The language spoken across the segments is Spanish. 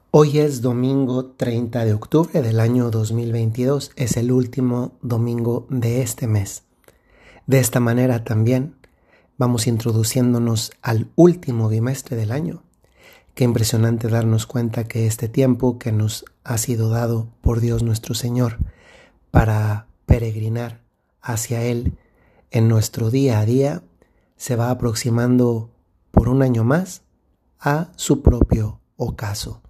Hoy es domingo 30 de octubre del año 2022, es el último domingo de este mes. De esta manera también vamos introduciéndonos al último bimestre del año. Qué impresionante darnos cuenta que este tiempo que nos ha sido dado por Dios nuestro Señor para peregrinar hacia Él en nuestro día a día se va aproximando por un año más a su propio ocaso.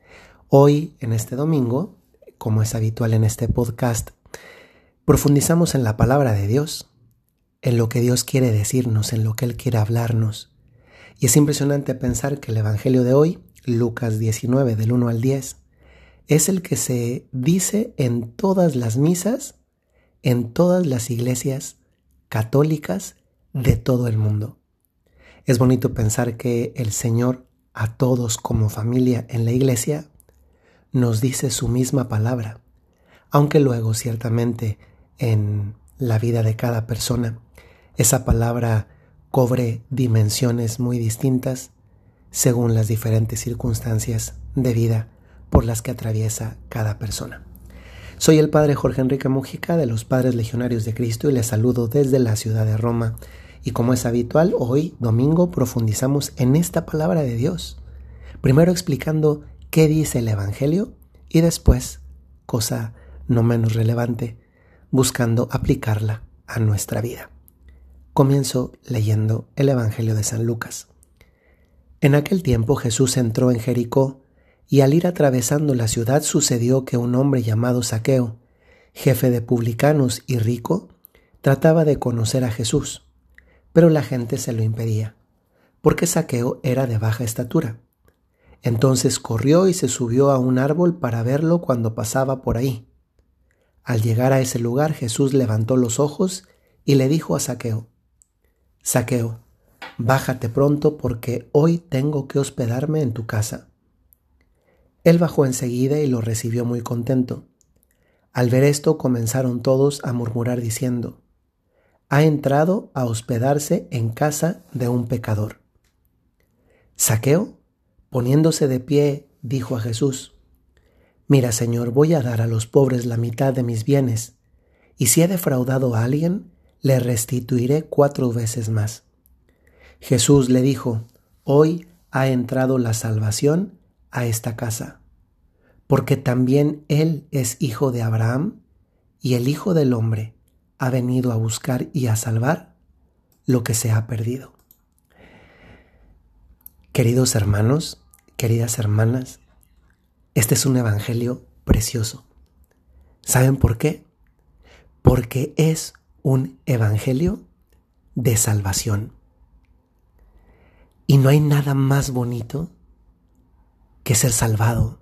Hoy, en este domingo, como es habitual en este podcast, profundizamos en la palabra de Dios, en lo que Dios quiere decirnos, en lo que Él quiere hablarnos. Y es impresionante pensar que el Evangelio de hoy, Lucas 19, del 1 al 10, es el que se dice en todas las misas, en todas las iglesias católicas de todo el mundo. Es bonito pensar que el Señor, a todos como familia en la iglesia, nos dice su misma palabra, aunque luego ciertamente en la vida de cada persona esa palabra cobre dimensiones muy distintas según las diferentes circunstancias de vida por las que atraviesa cada persona. Soy el Padre Jorge Enrique Mujica de los Padres Legionarios de Cristo y les saludo desde la ciudad de Roma. Y como es habitual, hoy, domingo, profundizamos en esta palabra de Dios. Primero explicando qué dice el Evangelio y después, cosa no menos relevante, buscando aplicarla a nuestra vida. Comienzo leyendo el Evangelio de San Lucas. En aquel tiempo Jesús entró en Jericó y al ir atravesando la ciudad sucedió que un hombre llamado Zaqueo, jefe de publicanos y rico, trataba de conocer a Jesús, pero la gente se lo impedía, porque Zaqueo era de baja estatura. Entonces corrió y se subió a un árbol para verlo cuando pasaba por ahí. Al llegar a ese lugar, Jesús levantó los ojos y le dijo a Zaqueo: Zaqueo, bájate pronto porque hoy tengo que hospedarme en tu casa. Él bajó enseguida y lo recibió muy contento. Al ver esto comenzaron todos a murmurar diciendo: ha entrado a hospedarse en casa de un pecador. Zaqueo, poniéndose de pie, dijo a Jesús: mira, Señor, voy a dar a los pobres la mitad de mis bienes, y si he defraudado a alguien, le restituiré 4 veces más. Jesús le dijo: hoy ha entrado la salvación a esta casa, porque también él es hijo de Abraham, y el Hijo del Hombre ha venido a buscar y a salvar lo que se ha perdido. Queridos hermanos, queridas hermanas, este es un evangelio precioso. ¿Saben por qué? Porque es un evangelio de salvación. Y no hay nada más bonito que ser salvado.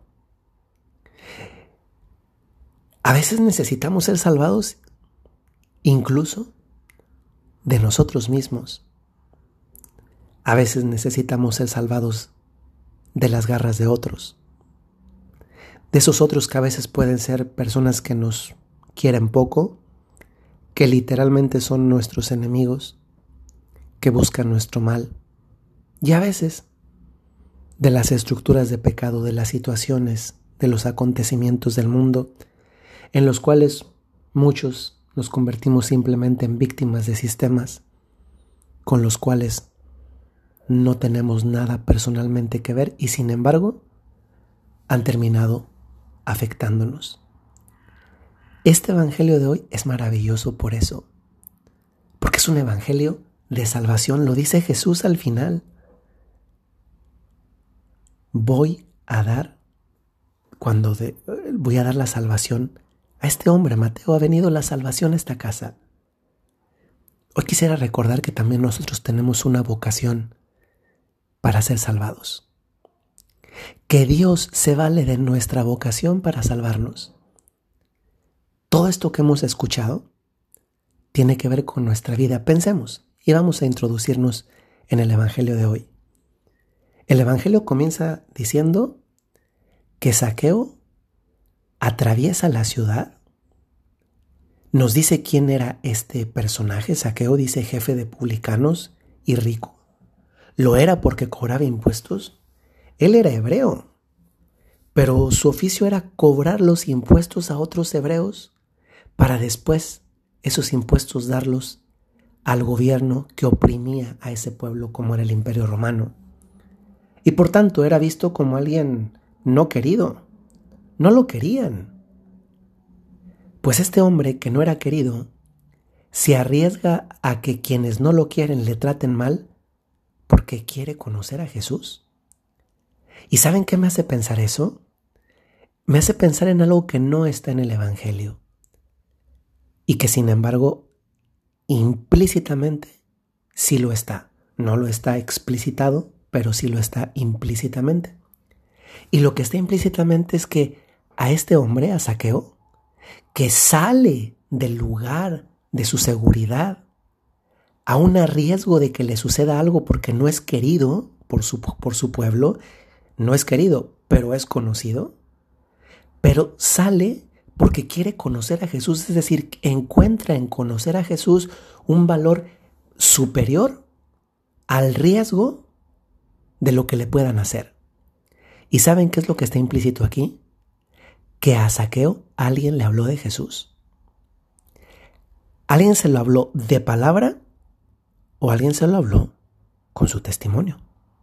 A veces necesitamos ser salvados incluso de nosotros mismos. A veces necesitamos ser salvados de las garras de otros. De esos otros que a veces pueden ser personas que nos quieren poco, que literalmente son nuestros enemigos, que buscan nuestro mal. Y a veces de las estructuras de pecado, de las situaciones, de los acontecimientos del mundo, en los cuales muchos nos convertimos simplemente en víctimas de sistemas con los cuales no tenemos nada personalmente que ver y sin embargo han terminado afectándonos. Este evangelio de hoy es maravilloso por eso, porque es un evangelio de salvación, lo dice Jesús al final. Voy a dar la salvación a este hombre, Mateo, ha venido la salvación a esta casa. Hoy quisiera recordar que también nosotros tenemos una vocación para ser salvados. Que Dios se vale de nuestra vocación para salvarnos. Todo esto que hemos escuchado tiene que ver con nuestra vida. Pensemos y vamos a introducirnos en el Evangelio de hoy. El Evangelio comienza diciendo que Zaqueo atraviesa la ciudad. Nos dice quién era este personaje. Zaqueo dice jefe de publicanos y rico. ¿Lo era porque cobraba impuestos? Él era hebreo, pero su oficio era cobrar los impuestos a otros hebreos para después esos impuestos darlos al gobierno que oprimía a ese pueblo como era el Imperio Romano. Y por tanto era visto como alguien no querido. No lo querían. Pues este hombre que no era querido se arriesga a que quienes no lo quieren le traten mal porque quiere conocer a Jesús. ¿Y saben qué me hace pensar eso? Me hace pensar en algo que no está en el Evangelio y que sin embargo implícitamente sí lo está. No lo está explicitado, pero sí lo está implícitamente. Y lo que está implícitamente es que a este hombre, a Zaqueo, que sale del lugar de su seguridad a un riesgo de que le suceda algo porque no es querido por su pueblo, no es querido, pero es conocido, pero sale porque quiere conocer a Jesús, es decir, encuentra en conocer a Jesús un valor superior al riesgo de lo que le puedan hacer. ¿Y saben qué es lo que está implícito aquí? Que a Zaqueo alguien le habló de Jesús. ¿Alguien se lo habló de palabra o alguien se lo habló con su testimonio?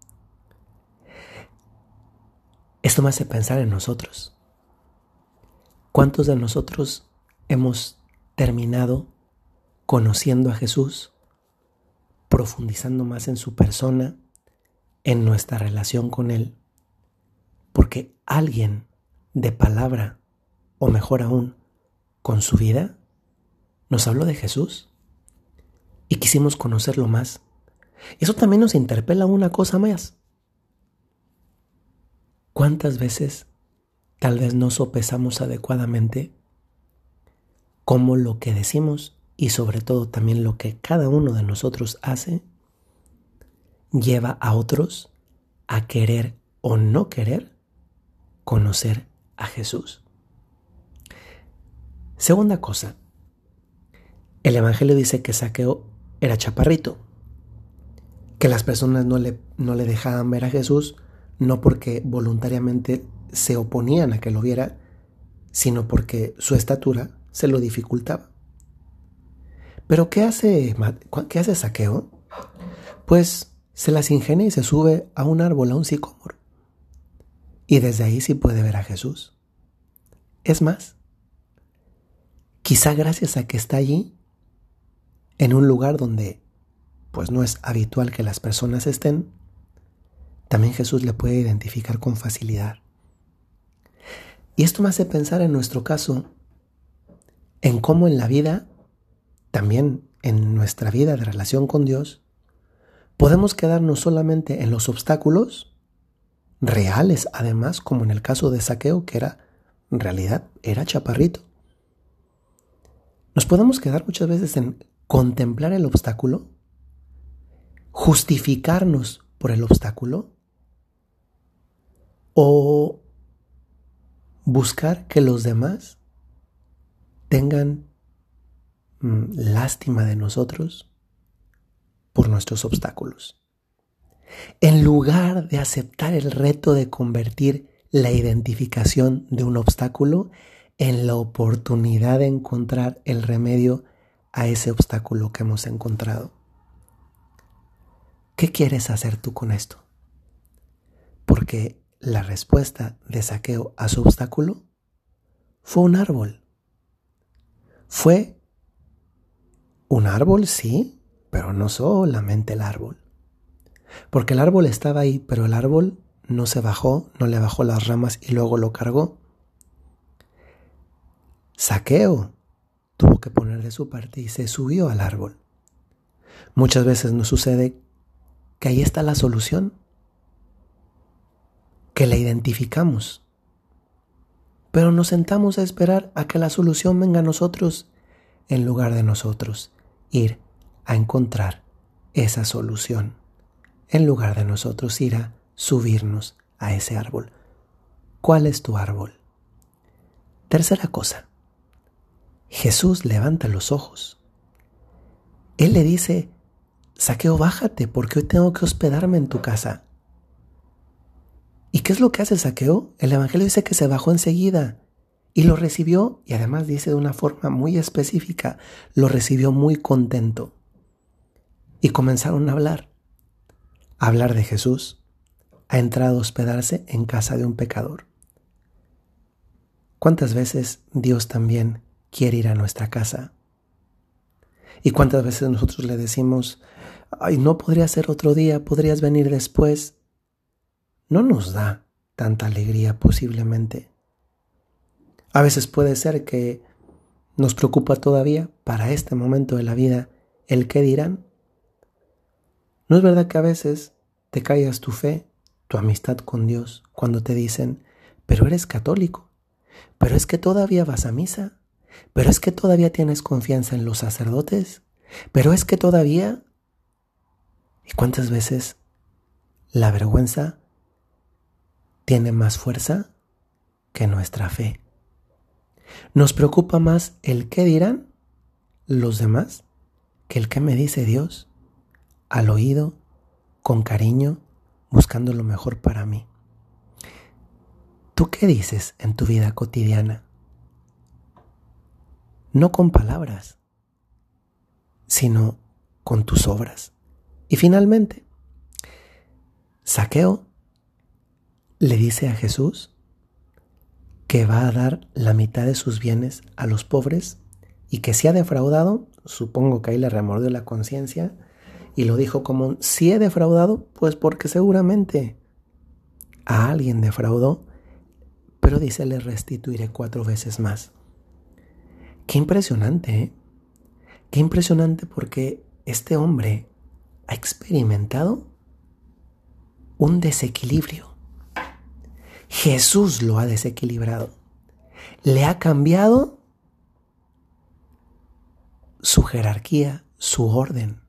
Esto me hace pensar en nosotros. ¿Cuántos de nosotros hemos terminado conociendo a Jesús, profundizando más en su persona, en nuestra relación con Él? Porque alguien de palabra, o mejor aún, con su vida, nos habló de Jesús y quisimos conocerlo más. Eso también nos interpela una cosa más. ¿Cuántas veces tal vez no sopesamos adecuadamente cómo lo que decimos y sobre todo también lo que cada uno de nosotros hace lleva a otros a querer o no querer conocer a Jesús? Segunda cosa, el Evangelio dice que Zaqueo era chaparrito, que las personas no le dejaban ver a Jesús, no porque voluntariamente se oponían a que lo viera, sino porque su estatura se lo dificultaba. Pero ¿qué hace Zaqueo? Pues se las ingenia y se sube a un árbol, a un sicómoro. Y desde ahí sí puede ver a Jesús. Es más, quizá gracias a que está allí, en un lugar donde pues no es habitual que las personas estén, también Jesús le puede identificar con facilidad. Y esto me hace pensar en nuestro caso, en cómo en la vida, también en nuestra vida de relación con Dios, podemos quedarnos solamente en los obstáculos reales, además, como en el caso de Zaqueo, que en realidad era chaparrito. Nos podemos quedar muchas veces en contemplar el obstáculo, justificarnos por el obstáculo o buscar que los demás tengan lástima de nosotros por nuestros obstáculos. En lugar de aceptar el reto de convertir la identificación de un obstáculo en la oportunidad de encontrar el remedio a ese obstáculo que hemos encontrado. ¿Qué quieres hacer tú con esto? Porque la respuesta de Zaqueo a su obstáculo fue un árbol. Fue un árbol, sí, pero no solamente el árbol. Porque el árbol estaba ahí, pero el árbol no se bajó, no le bajó las ramas y luego lo cargó. Zaqueo tuvo que poner de su parte y se subió al árbol. Muchas veces nos sucede que ahí está la solución, que la identificamos, pero nos sentamos a esperar a que la solución venga a nosotros en lugar de nosotros ir a encontrar esa solución, en lugar de nosotros ir a subirnos a ese árbol. ¿Cuál es tu árbol? Tercera cosa, Jesús levanta los ojos. Él le dice: Zaqueo, bájate, porque hoy tengo que hospedarme en tu casa. ¿Y qué es lo que hace Zaqueo? El Evangelio dice que se bajó enseguida y lo recibió, y además dice de una forma muy específica, lo recibió muy contento. Y comenzaron a hablar de Jesús. Ha entrado a hospedarse en casa de un pecador. ¿Cuántas veces Dios también quiere ir a nuestra casa? ¿Y cuántas veces nosotros le decimos, ay, no podría ser otro día, podrías venir después? No nos da tanta alegría posiblemente. A veces puede ser que nos preocupa todavía para este momento de la vida el qué dirán. ¿No es verdad que a veces te callas tu fe, tu amistad con Dios, cuando te dicen, pero eres católico, pero es que todavía vas a misa, pero es que todavía tienes confianza en los sacerdotes, pero es que todavía... ¿Y cuántas veces la vergüenza tiene más fuerza que nuestra fe? Nos preocupa más el qué dirán los demás que el qué me dice Dios al oído, con cariño, buscando lo mejor para mí. ¿Tú qué dices en tu vida cotidiana? No con palabras, sino con tus obras. Y finalmente, Zaqueo le dice a Jesús que va a dar la mitad de sus bienes a los pobres y que si ha defraudado, supongo que ahí le remordió la conciencia y lo dijo como si he defraudado, pues porque seguramente a alguien defraudó, pero dice le restituiré 4 veces más. Qué impresionante, ¿eh? Qué impresionante porque este hombre ha experimentado un desequilibrio. Jesús lo ha desequilibrado. Le ha cambiado su jerarquía, su orden.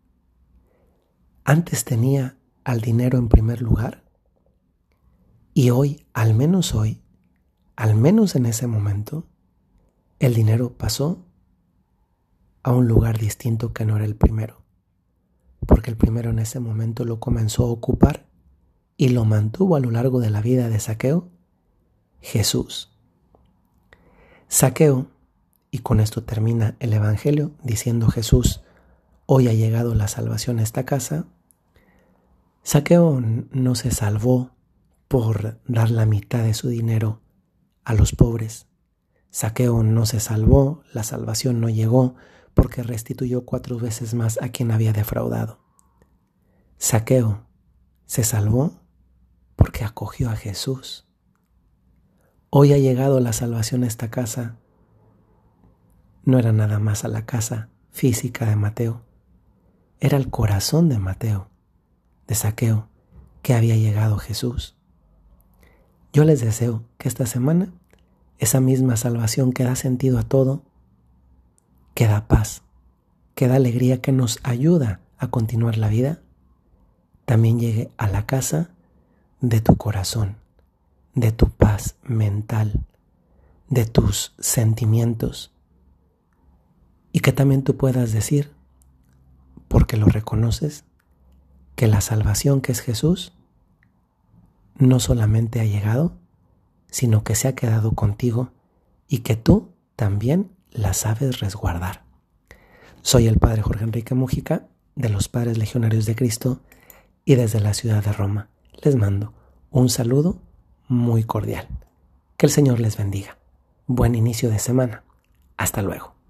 Antes tenía al dinero en primer lugar y hoy, al menos en ese momento, el dinero pasó a un lugar distinto que no era el primero. Porque el primero en ese momento lo comenzó a ocupar y lo mantuvo a lo largo de la vida de Zaqueo, Jesús. Zaqueo, y con esto termina el Evangelio, diciendo Jesús, hoy ha llegado la salvación a esta casa. Zaqueo no se salvó por dar la mitad de su dinero a los pobres. Zaqueo no se salvó, la salvación no llegó porque restituyó 4 veces más a quien había defraudado. Zaqueo se salvó porque acogió a Jesús. Hoy ha llegado la salvación a esta casa. No era nada más a la casa física de Mateo, era el corazón de Mateo, de Zaqueo, que había llegado Jesús. Yo les deseo que esta semana esa misma salvación que da sentido a todo, que da paz, que da alegría, que nos ayuda a continuar la vida, también llegue a la casa de tu corazón, de tu paz mental, de tus sentimientos, y que también tú puedas decir, porque lo reconoces, que la salvación que es Jesús no solamente ha llegado, sino que se ha quedado contigo y que tú también la sabes resguardar. Soy el Padre Jorge Enrique Mújica, de los Padres Legionarios de Cristo, y desde la ciudad de Roma les mando un saludo muy cordial. Que el Señor les bendiga. Buen inicio de semana. Hasta luego.